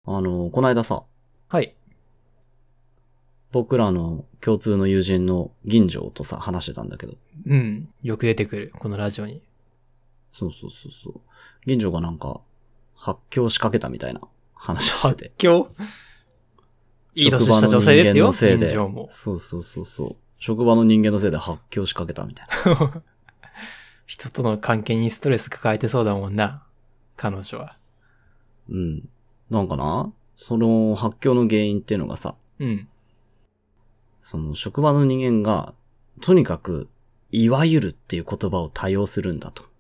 この間さ、 はい。 僕らの共通の友人の銀城とさ、話してたんだけど。 うん。よく出てくる。このラジオに。 そう。銀城がなんか、発狂しかけたみたいな話をしてて。 今日いい年した女性ですよ。 職場の人間のせいで現状も。 そう。職場の人間のせいで発狂しかけたみたいな。 人との関係にストレス抱えてそうだもんな。彼女は。 うん。なんかな、その発狂の原因っていうのがさ、 うん。 その職場の人間が、とにかく、いわゆるっていう言葉を多用するんだと。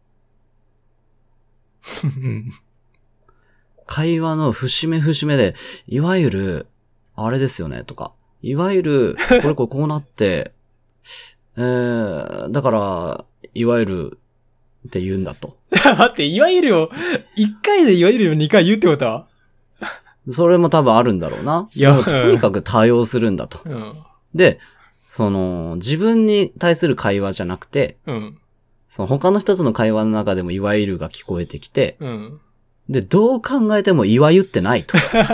会話の節目節目で、いわゆる、あれですよね、とか。いわゆる、こうなって、だから、いわゆるって言うんだと。 待って、いわゆるを、一回でいわゆるを2回言うってことはそれも多分あるんだろうな。 いやでもとにかく多用するんだと。 うん。 で、自分に対する会話じゃなくて、 うん。 他の人との会話の中でもいわゆるが聞こえてきて、 うん。 で、どう考えてもいわゆってないと。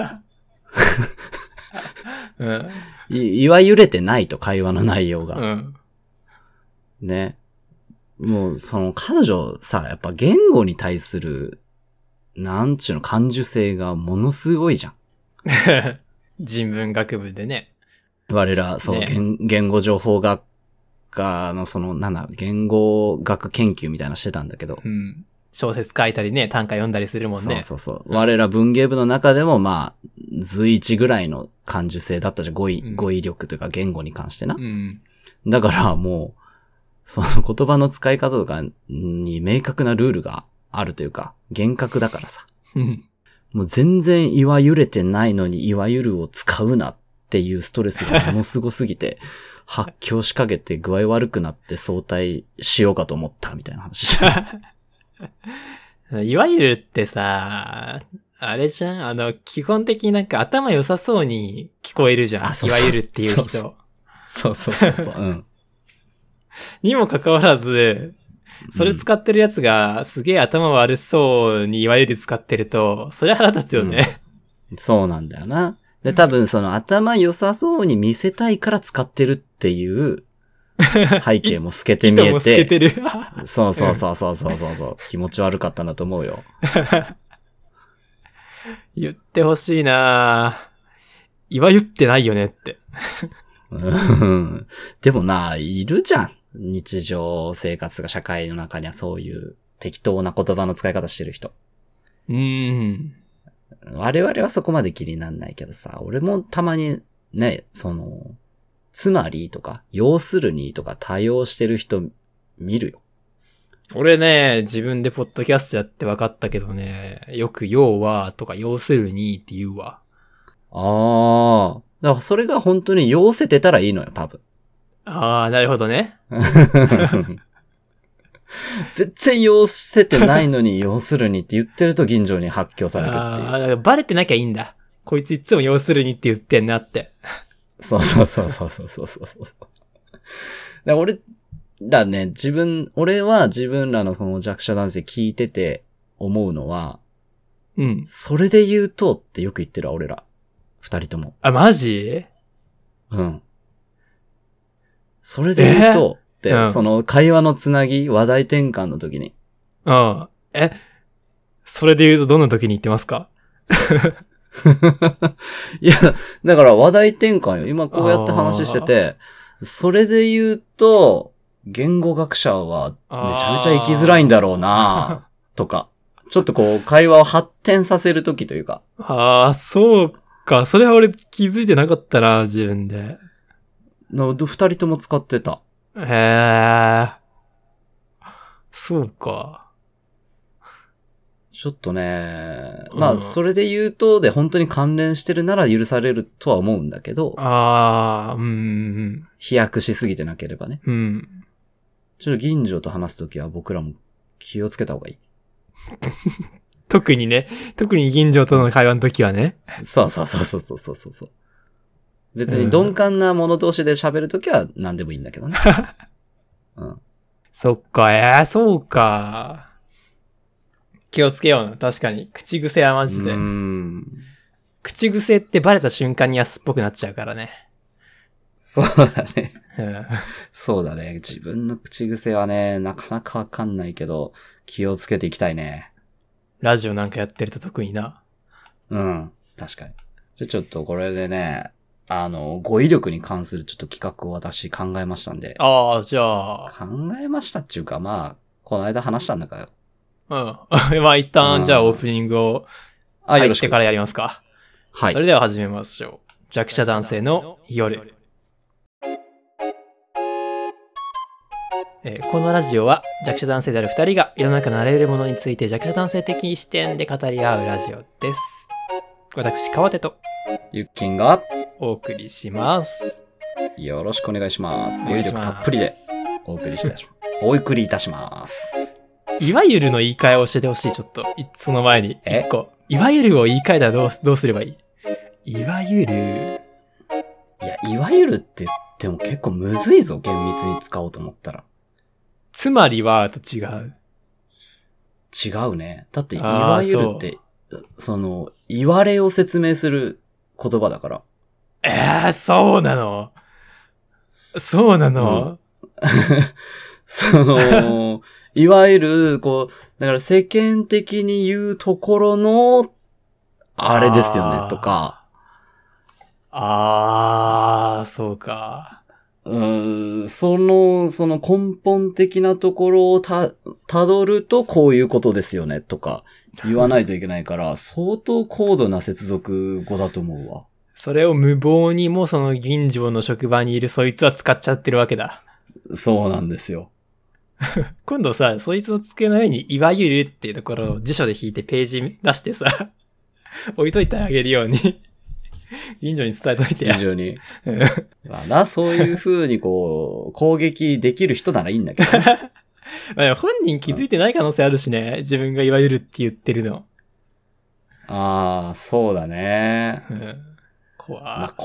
うん。 いわゆれてないと、会話の内容が。 うん。 ね。もう、彼女さ、やっぱ言語に対する、なんちゅうの、感受性がものすごいじゃん。 人文学部でね。 我ら、言語情報学科の言語学研究みたいなのしてたんだけど。 うん。小説書いたりね、短歌読んだりするもんね。 そう。我ら文芸部の中でも、まあ、随一ぐらいの感受性だったじゃん。語彙力というか言語に関してな。 うん。 だからもう、その言葉の使い方とかに明確なルールがあるというか、厳格だからさ。もう全然いわゆれてないのにいわゆるを使うなっていうストレスがものすごすぎて、発狂しかけて具合悪くなって早退しようかと思ったみたいな話して。 いわゆるってさ、あれじゃん基本的になんか頭良さそうに聞こえるじゃん。いわゆるっていう人。 そう。うん。 にもかかわらず、それ使ってるやつがすげえ頭悪そうにいわゆる使ってると、それ腹立つよね。 そうなんだよな。で、多分頭良さそうに見せたいから使ってるっていう背景も透けて見えて。 糸も透けてる。 そう。気持ち悪かったんだと思うよ。 言ってほしいないわゆってないよねって。 でもな、いるじゃん。日常生活が社会の中にはそういう適当な言葉の使い方してる人。我々はそこまで気になんないけどさ、俺もたまにね、つまりとか、要するにとか多用してる人見るよ。 俺ね、自分でポッドキャストやって分かったけどね、よく要はとか要するにって言うわ。 ああ。だからそれが本当に要せてたらいいのよ、多分。 ああ、なるほどね。 全然要せてないのに要するにって言ってると銀城に発狂されるっていう。 ああ、だからバレてなきゃいいんだ。こいついつも要するにって言ってんなって。 そう。だ俺らね、俺は自分らのこの弱者男性聞いてて思うのは、 うん。 それで言うとってよく言ってるわ、俺ら。二人とも。 あ、マジ？ うん。それで言うと、って、その会話のつなぎ、話題転換の時に。 うん。それで言うとどんな時に言ってますか？ いや、だから話題転換よ。今こうやって話してて、それで言うと、言語学者はめちゃめちゃ生きづらいんだろうなとか、ちょっとこう会話を発展させる時というか。 ああ、そうか。それは俺気づいてなかったな、自分で。 二人とも使ってた。 へえ。そうか。 ちょっとね、まあ、それで言うとで本当に関連してるなら許されるとは思うんだけど、飛躍しすぎてなければね。 うん。 ちょっと銀城と話すときは僕らも気をつけた方がいい。 特に銀城との会話の時はね。 そう。別に鈍感な者同士で喋るときは何でもいいんだけどね。うん。 そっか、そうか。気をつけような。確かに。口癖はマジで。 口癖ってバレた瞬間に安っぽくなっちゃうからね。 そうだね。 うん。 そうだね。自分の口癖はね、なかなかわかんないけど、気をつけていきたいね。 ラジオなんかやってると特にな。 うん。確かに。じゃあちょっとこれでね、語彙力に関するちょっと企画を私考えましたんで。 ああ、じゃあ。 考えましたっていうか、まあ、この間話したんだから。 うん。まあ一旦、じゃあオープニングを入ってからやりますか。 はい。 それでは始めましょう。弱者男性の夜。このラジオは弱者男性である2人が世の中のあらゆるものについて弱者男性的視点で語り合うラジオです。私、川手とゆっきんがお送りします。 よろしくお願いします。 お語彙力願いしますたっぷりでお送りいたします。 いわゆるの言い換えを教えてほしい、ちょっと。その前に。 え一個。いわゆるを言い換えたらどうすればいい？いわゆる。 いや、いわゆるって言っても結構むずいぞ、厳密に使おうと思ったら。 つまりはと違う。 違うね。だって、いわゆるって、言われを説明する言葉だから。 そうなの？そうなの？ いわゆる、だから世間的に言うところの、あれですよね、とか。 そうか。 その根本的なところをたどるとこういうことですよね、とか言わないといけないから、相当高度な接続語だと思うわ。 それを無謀にもその銀城の職場にいるそいつは使っちゃってるわけだ。 そうなんですよ。 今度さ、そいつの机の上にいわゆるっていうところを辞書で引いてページ出してさ、置いといてあげるように、銀城に伝えといてや。 銀城に。まあな、そういう風に攻撃できる人ならいいんだけど、ね。 まあ本人気づいてない可能性あるしね、自分がいわゆるって言ってるの。 そうだね。 怖まあ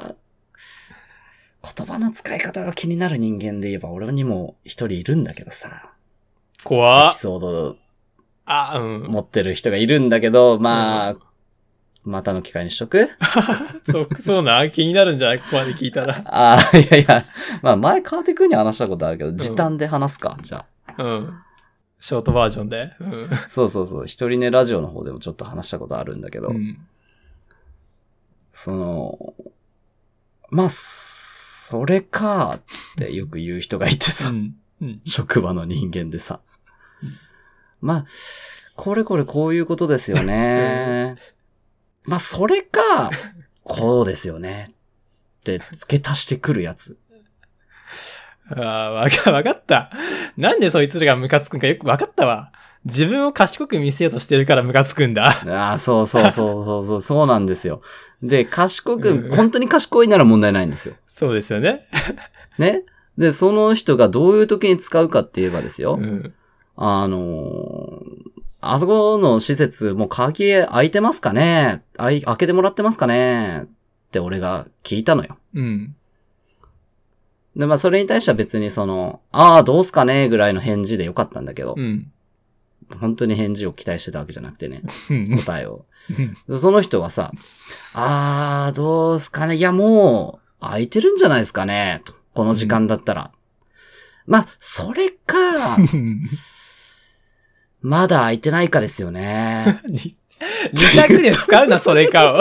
言葉の使い方が気になる人間で言えば俺にも一人いるんだけどさ。 怖っ。 エピソード持ってる人がいるんだけど、まあ、またの機会にしとくそうな、気になるんじゃない？ここまで聞いたら。 いや、まあ前川手くんには話したことあるけど、時短で話すか、じゃあ。ショートバージョンで。 そう。一人ねラジオの方でもちょっと話したことあるんだけど、まあ、それかってよく言う人がいてさ、職場の人間でさ。まあ、こういうことですよね。まあ、それか、こうですよね。って付け足してくるやつ。 わかった。なんでそいつらがムカつくんかよくわかったわ。自分を賢く見せようとしてるからムカつくんだ。 そうなんですよ。で、本当に賢いなら問題ないんですよ。 そうですよね。 ね。で、その人がどういう時に使うかって言えばですよ。あそこの施設もう鍵開いてますかね？開けてもらってますかね？って俺が聞いたのよ。で、まあそれに対しては別にどうすかね？ぐらいの返事でよかったんだけど。本当に返事を期待してたわけじゃなくてね。答えを。その人はさ、どうすかね？いやもう、開いてるんじゃないですかね？と。この時間だったら。まあ、それか、まだ開いてないかですよね。 二択で使うな、それかを。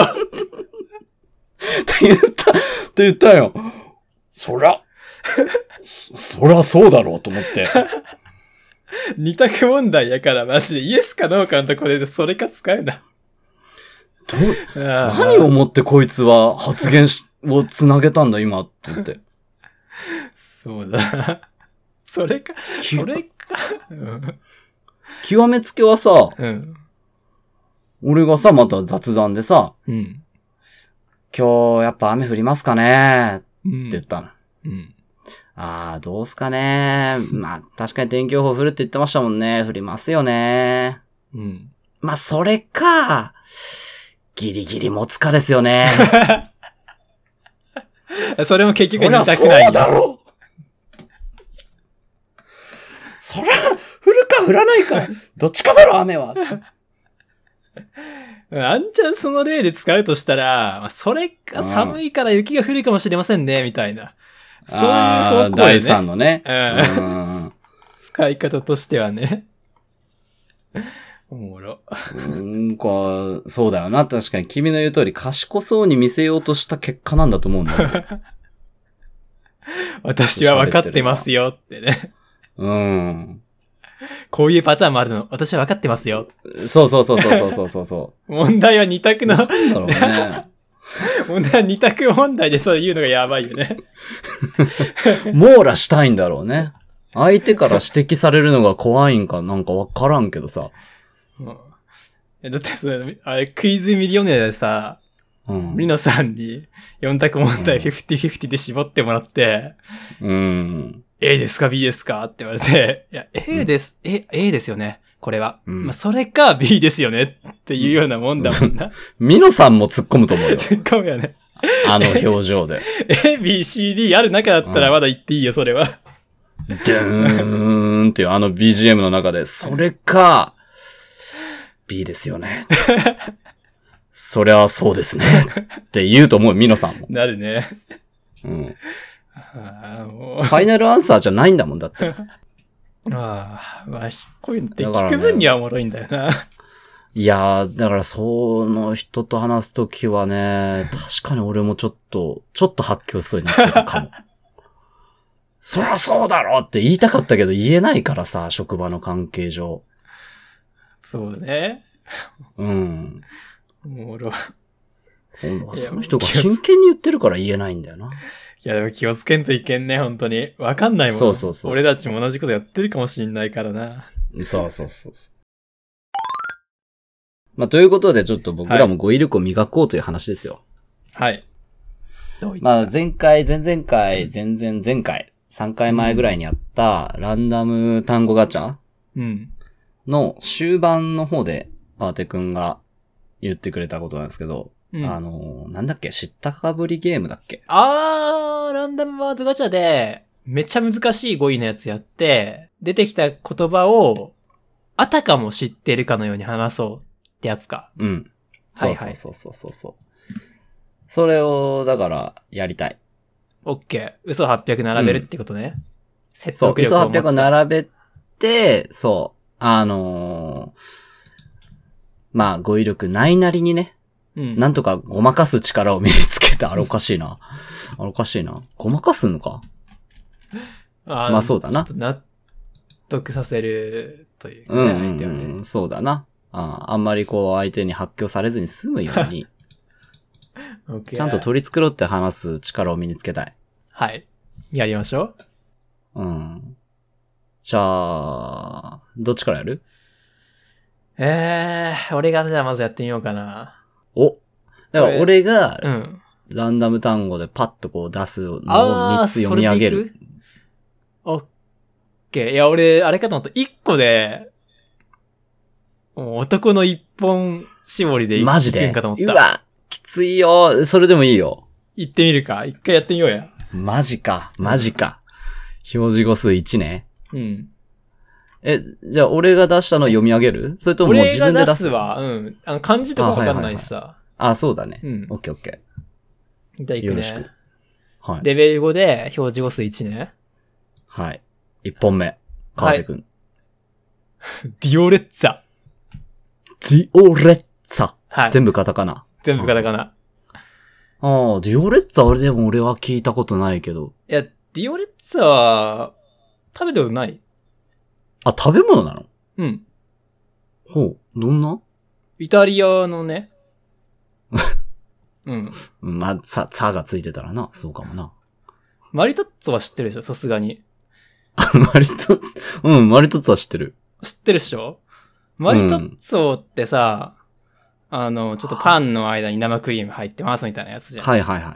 って言ったよ。そらそうだろうと思って。 二択問題やからマジでイエスかノーかのところでそれか使うな。 何をもってこいつは発言をつなげたんだ今って言って。 そうだ。それか。 極めつけはさ、俺がさ、また雑談でさ、今日やっぱ雨降りますかねって言ったの。どうすかね。まあ、確かに天気予報降るって言ってましたもんね。降りますよね。まあ、それか、ギリギリ持つかですよね。 それも結局見たくない。 そうだろう。そりゃ、降るか降らないか。どっちかだろ、雨は。 あんちゃんその例で使うとしたら、まあそれか寒いから雪が降るかもしれませんね、みたいな。そういう方向でね。 第3のね。 使い方としてはね。おもろ。 そうだよな。確かに君の言う通り賢そうに見せようとした結果なんだと思うんだよ。 私は分かってますよってね。こういうパターンもあるの。私は分かってますよ。 そう。 問題は二択の。 なんだろうね。 問題は二択問題でそう言うのがやばいよね。 網羅したいんだろうね。相手から指摘されるのが怖いんかなんかわからんけどさ。 だってあれクイズミリオネアでさ、ミノさんに4択問題50-50で絞ってもらって、A ですか B ですかって言われて、いや、A です、A ですよね。これは。まあ、それか B ですよねっていうようなもんだもんな。 ミノさんも突っ込むと思うよ。 突っ込むよね。 あの表情で。 A, B, C, D ある中だったらまだ言っていいよ、それは。 ドゥーンっていうあの BGM の中で、それか、B ですよね。そりゃそうですね。って言うと思う、ミノさんも。 なるね。 ファイナルアンサーじゃないんだもん、だって。 まあ、こういうのって聞く分にはおもろいんだよな。 いやー、だからその人と話すときはね、確かに俺もちょっと発狂しそうになってたかも。そりゃそうだろって言いたかったけど言えないからさ、職場の関係上。 そうね。おもろ。 その人が真剣に言ってるから言えないんだよな。 いやでも気をつけんといけんね、本当に。わかんないもん。そう。俺たちも同じことやってるかもしんないからな。そう。 まあ、ということでちょっと僕らも語彙力を磨こうという話ですよ。 はい。 まあ、前回、前々回、前回、3回前ぐらいにやったランダム単語ガチャの終盤の方でパーテくんが言ってくれたことなんですけど、なんだっけ、知ったかぶりゲームだっけ？ ランダムワードガチャで、めっちゃ難しい語彙のやつやって、出てきた言葉を、あたかも知ってるかのように話そうってやつか。 そう。それを、だから、やりたい。 オッケー。嘘800並べるってことね。 説得力を持った。嘘800を並べて、まあ、語彙力ないなりにね、なんとかごまかす力を身につけた。あれおかしいな。ごまかすのか。まあそうだな。 ちょっと納得させるという、ね。相手はね。 そうだな。あんまりこう相手に発狂されずに済むように。ちゃんと取り繕って話す力を身につけたい。 はい。やりましょう。じゃあ、どっちからやる？ 俺がじゃあまずやってみようかな。 だから俺が、ランダム単語でパッとこう出すのを3つ読み上げる。 オッケー。いや、俺、あれかと思った。1個で、もう男の一本絞りでいくんかと思った。 うわ、きついよ。それでもいいよ。 行ってみるか。一回やってみようや。 マジか。表示語数1ね。じゃあ俺が出したのを読み上げる？それとももう自分で出す？ 俺が出すわ。漢字とかわかんないしさ。 そうだね。オッケーオッケー。じゃあ行くね。 よろしく。はい。 レベル5で表示語数1ね。 はい。1本目。川手くん。 ディオレッツァ。 はい。全部カタカナ。 全部カタカナ。 ディオレッツァ俺は聞いたことないけど。 いや、ディオレッツァは、食べたことない？ 食べ物なの？ほう。どんな？ イタリアのね。 まあ、さがついてたらな。そうかもな。 マリトッツォは知ってるでしょ？さすがに。 マリトッツォは知ってる。 知ってるでしょ？マリトッツォってさ、ちょっとパンの間に生クリーム入ってますみたいなやつじゃん。 はい。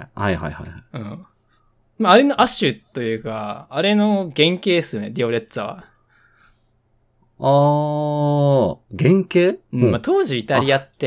まあ、あれの亜種というか、あれの原型ですよね、ディオレッツァは。 原型？ まあ、当時イタリアって、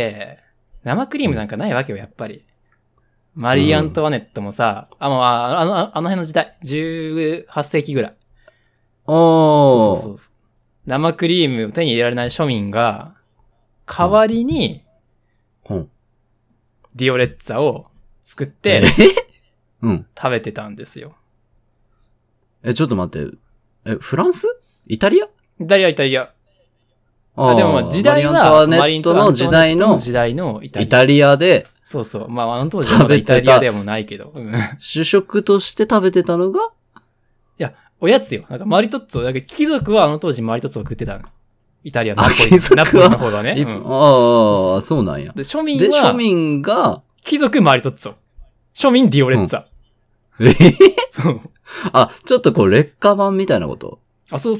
生クリームなんかないわけよ、やっぱり。マリー・アントワネットもさ、あの辺の時代、18世紀ぐらい。そう。生クリームを手に入れられない庶民が、代わりに、 ディオレッツァを作って、食べてたんですよ。 ちょっと待って。フランス？イタリア？ イタリア。でも時代は、 マリー・アントワネットの時代のイタリアで。 そうそう。まあ、あの当時はまだイタリアでもないけど。 主食として食べてたのが？ いや、おやつよ。なんかマリトッツォ。なんか貴族はあの当時マリトッツォを食ってたの。イタリアのナポリの方だね。 そうなんや。 で、庶民が、貴族マリトッツォ。庶民ディオレッツァ。そう。 ちょっとこう劣化版みたいなこと？ そう。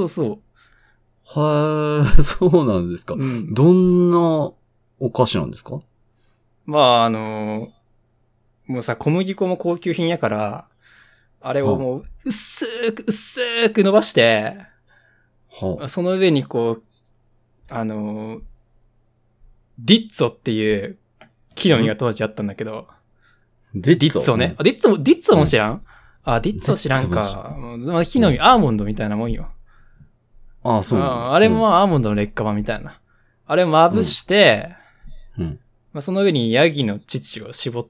そうなんですか。どんなお菓子なんですか？ まあ、もうさ、小麦粉も高級品やから、あれをもう、薄く伸ばして、その上にこう、ディッツォっていう木の実が当時あったんだけど、ディッツォね。ディッツォも知らん？ディッツォ知らんか。木の実、アーモンドみたいなもんよ。 そうなんだ。 あれもアーモンドの劣化版みたいな。あれをまぶして、その上にヤギの乳を絞って、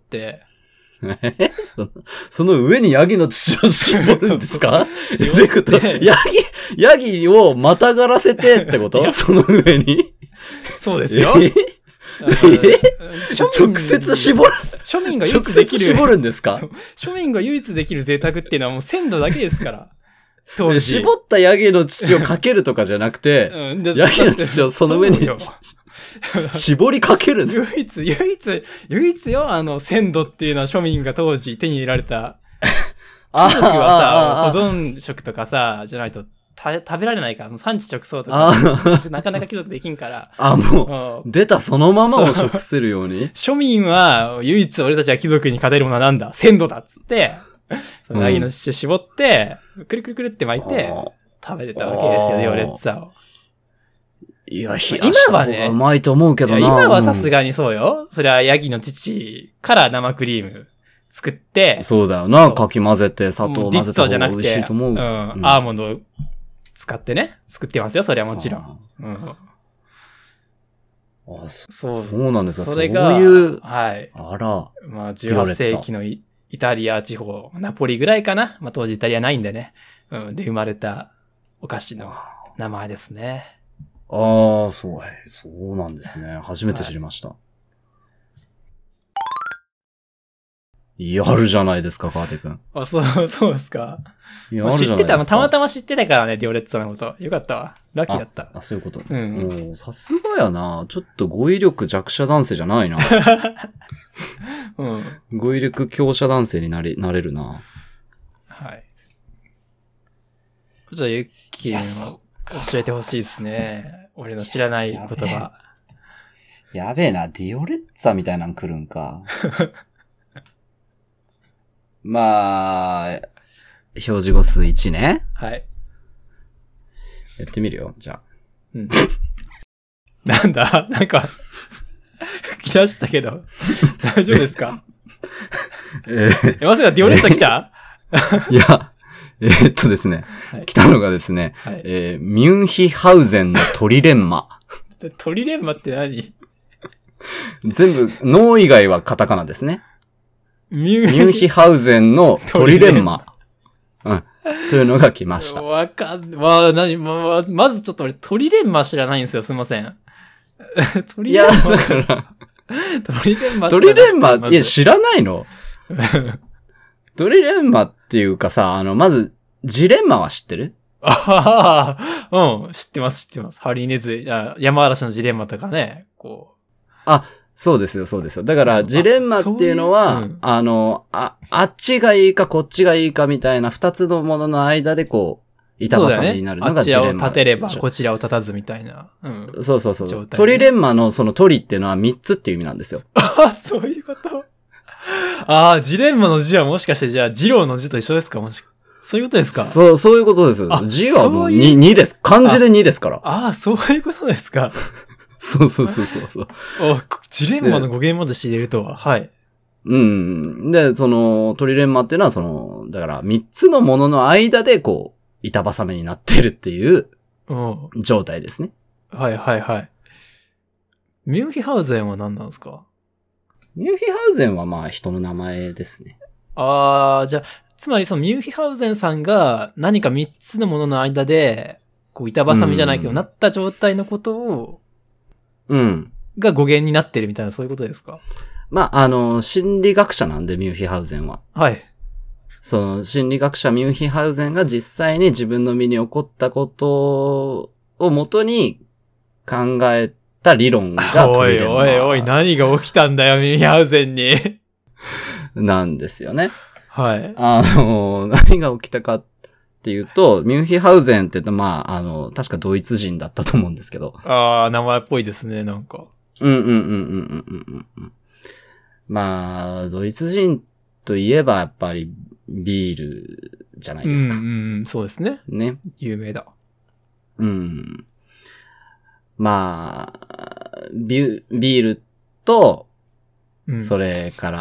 その上にヤギの乳を絞るんですか？絞って。ヤギをまたがらせてってことその上に。 そうですよ。 直接絞る。 庶民が唯一できる。 絞るんですか？ 庶民が唯一できる贅沢っていうのはもう鮮度だけですから。 絞ったヤギの乳をかけるとかじゃなくて、ヤギの乳をその上に絞りかけるんです。 唯一よ、鮮度っていうのは庶民が当時手に入れられた。貴族はさ、保存食とかさ、じゃないと食べられないから、もう産地直送とか、なかなか貴族できんから。 もう、出たそのままを食するように。 庶民は、唯一俺たちは貴族に勝てるものはなんだ？鮮度だっつって、そのヤギの乳を絞って、くるくるくるって巻いて、食べてたわけですよ、ディオレッツァを。 いや、今はね、うまいと思うけどな。 今はさすがにそうよ。それはヤギの乳から生クリーム作って、 そうだよな。かき混ぜて、砂糖混ぜた方が美味しいと思う。 アーモンドを使ってね、作ってますよ、それはもちろん。 そうなんですか。 それが、 はい。 まあ、18世紀のイタリア地方、ナポリぐらいかな。まあ、当時イタリアないんでね。で、生まれたお菓子の名前ですね。 そうなんですね。初めて知りました。やるじゃないですか、カーテ君。 そうですか。知ってたの、たまたま知ってたからね、ディオレッツァのこと。よかったわ。ラッキーだった。 そういうことね。さすがやな。ちょっと語彙力弱者男性じゃないな。語彙力強者男性になれるな。 はい。じゃあ、ゆっきーも教えてほしいですね。俺の知らない言葉。 やべえな、ディオレッツァみたいなの来るんか。まあ、表示語数1ね。 はい。 やってみるよ、じゃあ。 なんだなんか、吹き出したけど、大丈夫ですか？まさかディオレッツァ来た？ いや、ですね、来たのがですね、ミュンヒハウゼンのトリレンマ。 トリレンマって何？ 全部、脳以外はカタカナですね。ミュンヒハウゼンのトリレンマ。というのが来ました。 まずちょっと俺トリレンマ知らないんですよ、すいません。 トリレンマだから。トリレンマ、いや、知らないの？トリレンマっていうかさ、まず、ジレンマは知ってる？ 知ってます。ハリネズ、山嵐のジレンマとかね、こう。 そうですよ。だから、ジレンマっていうのは、あっちがいいかこっちがいいかみたいな二つのものの間でこう、板挟みになるのがジレンマ。 あっちを立てればこちらを立たずみたいな。 そう。トリレンマのそのトリっていうのは3つっていう意味なんですよ。 そういうこと。ジレンマの字はもしかしてじゃあ、ジローの字と一緒ですか？そういうことですか？ そういうことです。字はもう2です。漢字で2ですから。 そういうことですか？ そう。 ジレンマの語源まで知れるとは。はい。 で、その、トリレンマっていうのは、だから3つのものの間で、こう、板挟みになってるっていう、状態ですね。 はい。 ミュンヒハウゼンは何なんですか？ ミュンヒハウゼンはまあ人の名前ですね。 じゃあ、つまりそのミュンヒハウゼンさんが何か3つのものの間で、こう板挟みじゃないけど、なった状態のことを、が語源になってるみたいな、そういうことですか？ まあ、心理学者なんで、ミュンヒハウゼンは。 はい。 その、心理学者ミュンヒハウゼンが実際に自分の身に起こったことをもとに考えた理論がトリレンマ。 おい、何が起きたんだよ、ミュンヒハウゼンに。 なんですよね。 はい。 何が起きたかっていうと、ミュンヒハウゼンってまあ、確かドイツ人だったと思うんですけど。 名前っぽいですね、なんか。 まあ、ドイツ人といえばやっぱりビールじゃないですか。 そうですね。 ね。 有名だ。 まあ、ビールと、それから、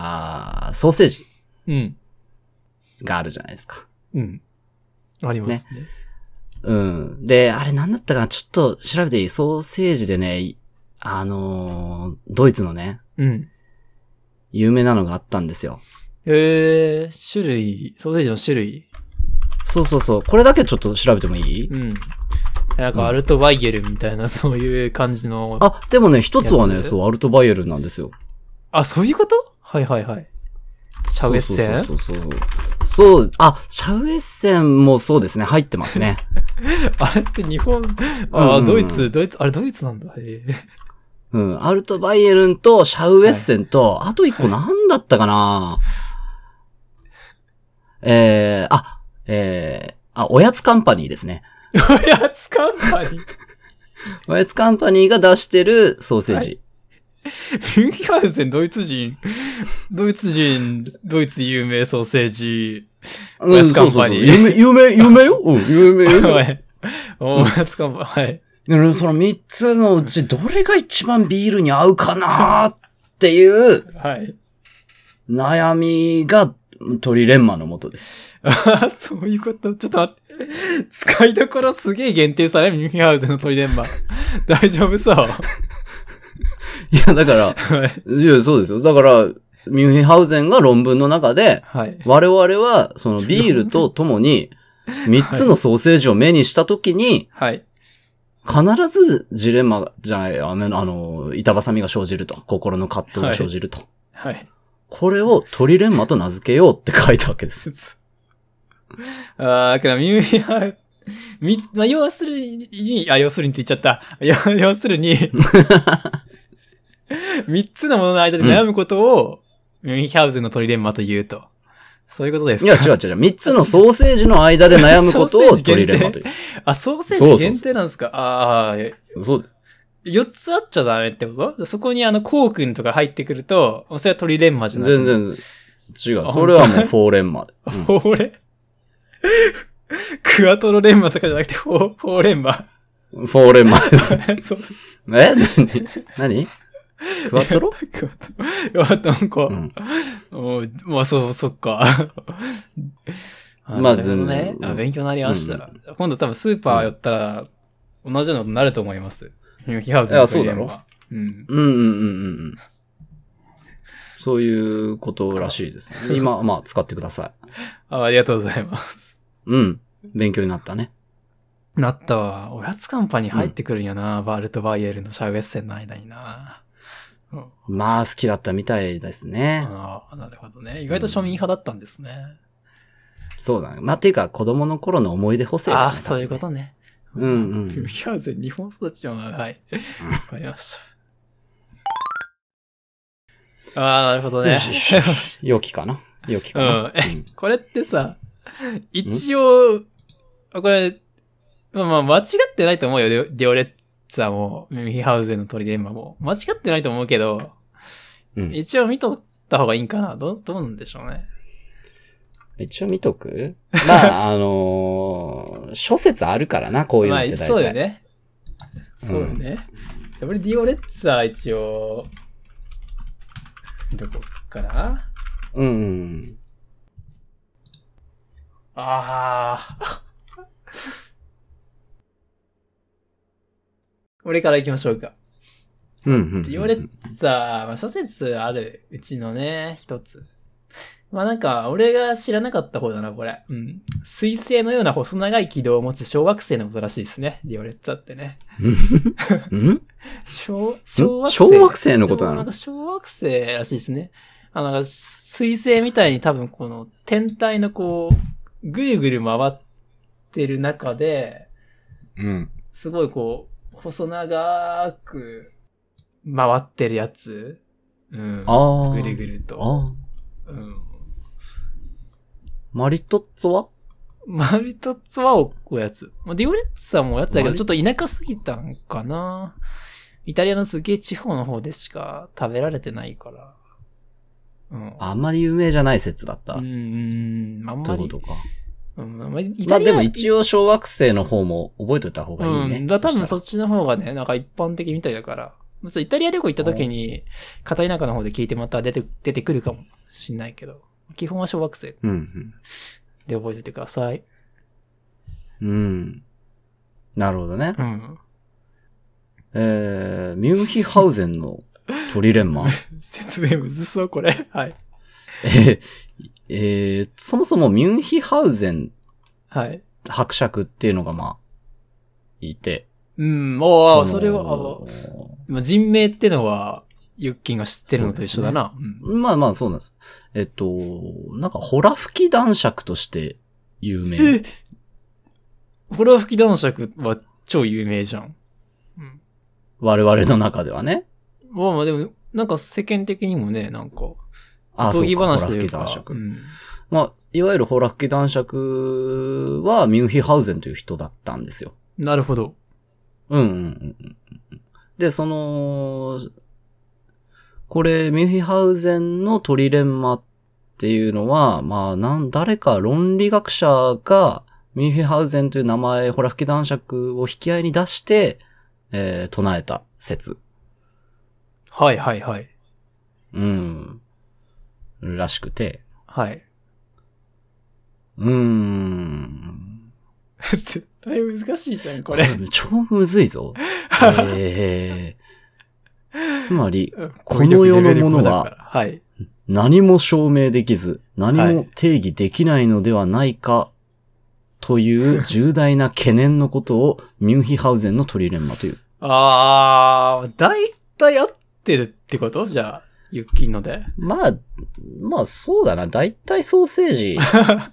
ソーセージ。があるじゃないですか。 ありますね。 で、あれなんだったかな、ちょっと調べていい？ソーセージでね、ドイツのね、有名なのがあったんですよ。 種類、ソーセージの種類。 そう。これだけちょっと調べてもいい？ なんかアルトバイエルンみたいな、そういう感じの。 でもね、一つはね、そう、アルトバイエルンなんですよ。 そういうこと？はい。シャウエッセン？ そう、シャウエッセンもそうですね、入ってますね。 あれって日本、ドイツ、あれドイツなんだ。 アルトバイエルンとシャウエッセンと、あと一個なんだったかな、おやつカンパニーですね。 おやつカンパニーおやつカンパニーが出してるソーセージ。 ミュンヒハウゼン、ドイツ有名ソーセージ、おやつカンパニー。 有名よ。有名よ。 おやつカンパニー、はい。 その3つのうちどれが一番ビールに合うかなっていう、悩みがトリレンマのもとです。 そういうこと。ちょっと待って。使いどころすげえ限定され、ミュンヒハウゼンのトリレンマ。大丈夫そう。 いや、だから、いや、そうですよ。だから、ミュンヒハウゼンが論文の中で、我々は、そのビールと共に、3つのソーセージを目にしたときに、必ずジレンマじゃない、板挟みが生じると。心の葛藤が生じると。これをトリレンマと名付けようって書いたわけです。 だからミュンヒハウ要するにって言っちゃった。要するに、3つのものの間で悩むことを、ミュンヒハウゼンのトリレンマと言うと。そういうことですか？ いや、違う。3つのソーセージの間で悩むことをトリレンマという。 ソーセージ限定なんですか？ そうです。 4つあっちゃダメってこと？そこにコークンとか入ってくると、それはトリレンマじゃない？ 全然違う。それはもうフォーレンマで。 フォーレクワトロレンマとかじゃなくて、フォーレンマ。 フォーレンマです。何クワトロいや、なんか、まあ、そっか。 まあ、全然。 勉強になりました。今度多分スーパー寄ったら、同じようなことになると思います。ミュンヒハウゼンのトリレンマ。 そうだろ？そういうことらしいですね。今、まあ、使ってください。 ありがとうございます。 勉強になったね。 なったわ。おやつカンパニー入ってくるんやな。バルトバイエルのシャウエッセンの間にな。 まあ、好きだったみたいですね。 なるほどね。意外と庶民派だったんですね。 そうだね。まあ、ていうか、子供の頃の思い出補正だね。 そういうことね。ミュンヒハウゼン、日本育ちは、はい。わかりました。なるほどね。 良きかな。 これってさ、一応、これ、まあ、間違ってないと思うよ。ディオレッツァも、ミュンヒハウゼンのトリレンマも。間違ってないと思うけど、一応見とった方がいいんかな。どうなんでしょうね。 一応見とく？まあ、諸説あるからな、こういうのって大体。 そうよね。そうよね。やっぱりディオレッツァ一応、どこかな？俺から行きましょうか。 うん。 ディオレッツァ、まあ、諸説あるうちのね、一つ。まあなんか、俺が知らなかった方だな、これ。うん。水星のような細長い軌道を持つ小惑星のことらしいですね。ディオレッツァってね。小惑星のことなの？ なんか小惑星らしいですね。なんか水星みたいに多分この天体のこう、ぐるぐる回ってる中で、すごいこう、細長く回ってるやつ。ぐるぐると。 マリトッツォはおやつ。ディオレッツァもおやつだけど、ちょっと田舎すぎたんかな。イタリアのすげえ地方の方でしか食べられてないから。 あんまり有名じゃない説だった。 あんまり。ということか。 まあでも一応小惑星の方も覚えといた方がいいね。 多分そっちの方がね、なんか一般的みたいだから。イタリア旅行行った時に、片田舎の方で聞いてまた出てくるかもしんないけど。基本は小惑星。で覚えておいてください。 なるほどね。ミュンヒハウゼンのトリレンマ。 説明むずそう、これ。はい。 そもそもミュンヒハウゼン。 はい。 伯爵っていうのがまあ、いて。 それは、人名ってのは、ユッキンが知ってるのと一緒だな。 まあそうなんです。なんか、ホラ吹き男爵として有名。 ホラ吹き男爵は超有名じゃん。 我々の中ではね。 まあでも、なんか世間的にもね、なんか、 おとぎ話というか。まあ、いわゆるホラ吹き男爵はミュンヒハウゼンという人だったんですよ。 なるほど。 で、これ、ミュンヒハウゼンのトリレンマっていうのは、まあ、誰か論理学者が、ミュンヒハウゼンという名前、ホラ吹き男爵を引き合いに出して、唱えた説。 はい。 らしくて。 はい。絶対難しいじゃん、これ。 超むずいぞ。つまり、この世のものは、何も証明できず、何も定義できないのではないか、という重大な懸念のことをミュンヒハウゼンのトリレンマという。 だいたい合ってるってことじゃあ、ユッキンので。 まあそうだな。だいたいソーセージ。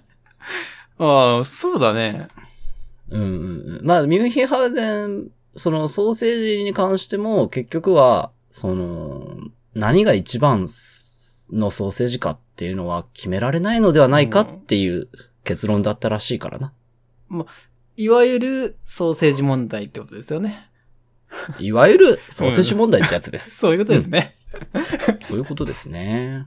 そうだね。 まあ、ミュンヒハウゼン、そのソーセージに関しても結局は、何が一番のソーセージかっていうのは決められないのではないかっていう結論だったらしいからな。 いわゆるソーセージ問題ってことですよね。 いわゆるソーセージ問題ってやつです。 そういうことですね。 そういうことですね。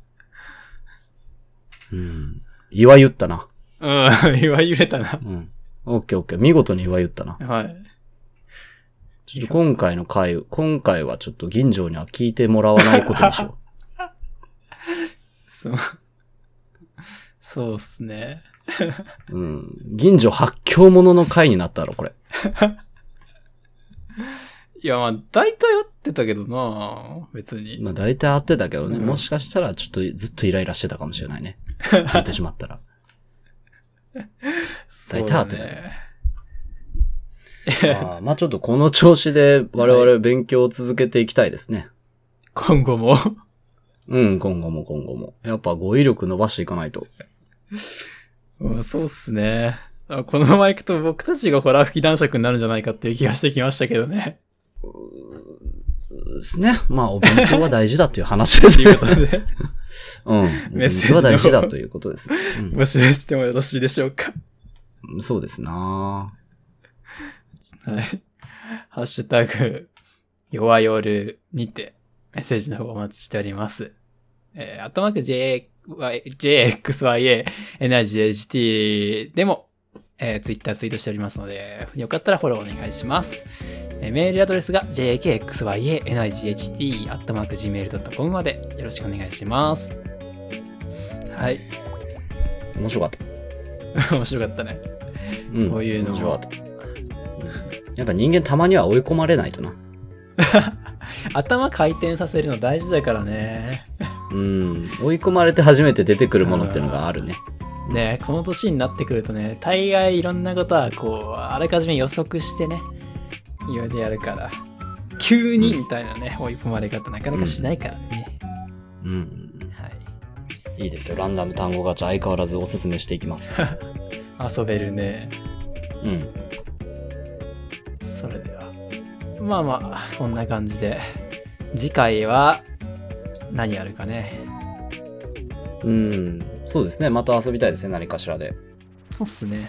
岩言ったな。 岩揺れたな。 オッケー。見事に岩言ったな。 はい。 ちょっと今回はちょっと銀城には聞いてもらわないことにしよう。そうっすね。 銀城発狂者の回になったろ、これ。 いや、大体合ってたけどな別に。 大体合ってたけどね。もしかしたらちょっとずっとイライラしてたかもしれないね。聞いてしまったら。大体合ってたね。まあちょっとこの調子で我々勉強を続けていきたいですね。 今後も今後も。やっぱ語彙力伸ばしていかないと。 そうっすね。このまま行くと僕たちがホラ吹き男爵になるんじゃないかっていう気がしてきましたけどね。 ですね。まあお勉強は大事だという話です。 ということで。 メッセージは大事だということです。 募集してもよろしいでしょうか。 そうですな。 はい。ハッシュタグ、弱夜にてメッセージの方お待ちしております。JXYA、NIGHT でも、ツイッターツイートしておりますので、よかったらフォローお願いします。メールアドレスが jkxya.night@gmail.com までよろしくお願いします。はい。 面白かった。 面白かったね。こういうの。面白かった。 やっぱ人間たまには追い込まれないとな。 頭回転させるの大事だからね。 追い込まれて初めて出てくるものっていうのがあるね。 ね、この年になってくるとね、大概いろんなことはこう、あらかじめ予測してね、いろいろやるから、急にみたいなね、追い込まれ方なかなかしないからね。 はい。いいですよ。ランダム単語ガチャ相変わらずおすすめしていきます。 遊べるね。それでは。まあまあ、こんな感じで。次回は、何やるかね。 そうですね。また遊びたいですね。何かしらで。 そうっすね。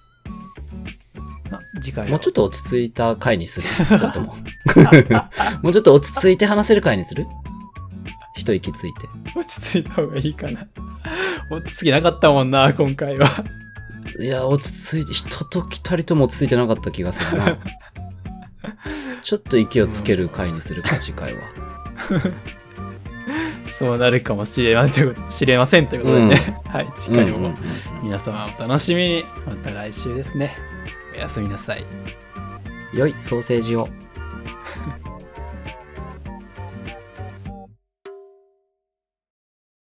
次回は。 もうちょっと落ち着いた回にする。それとも。もうちょっと落ち着いて話せる回にする？一息ついて。 落ち着いた方がいいかな。落ち着きなかったもんな、今回は。 いや、落ち着いて、ひとときたりとも落ち着いてなかった気がするな。ちょっと息をつける回にするか、次回は。 そうなるかもしれませんということでね。はい、次回も皆様お楽しみに。また来週ですね。おやすみなさい。 良いソーセージを。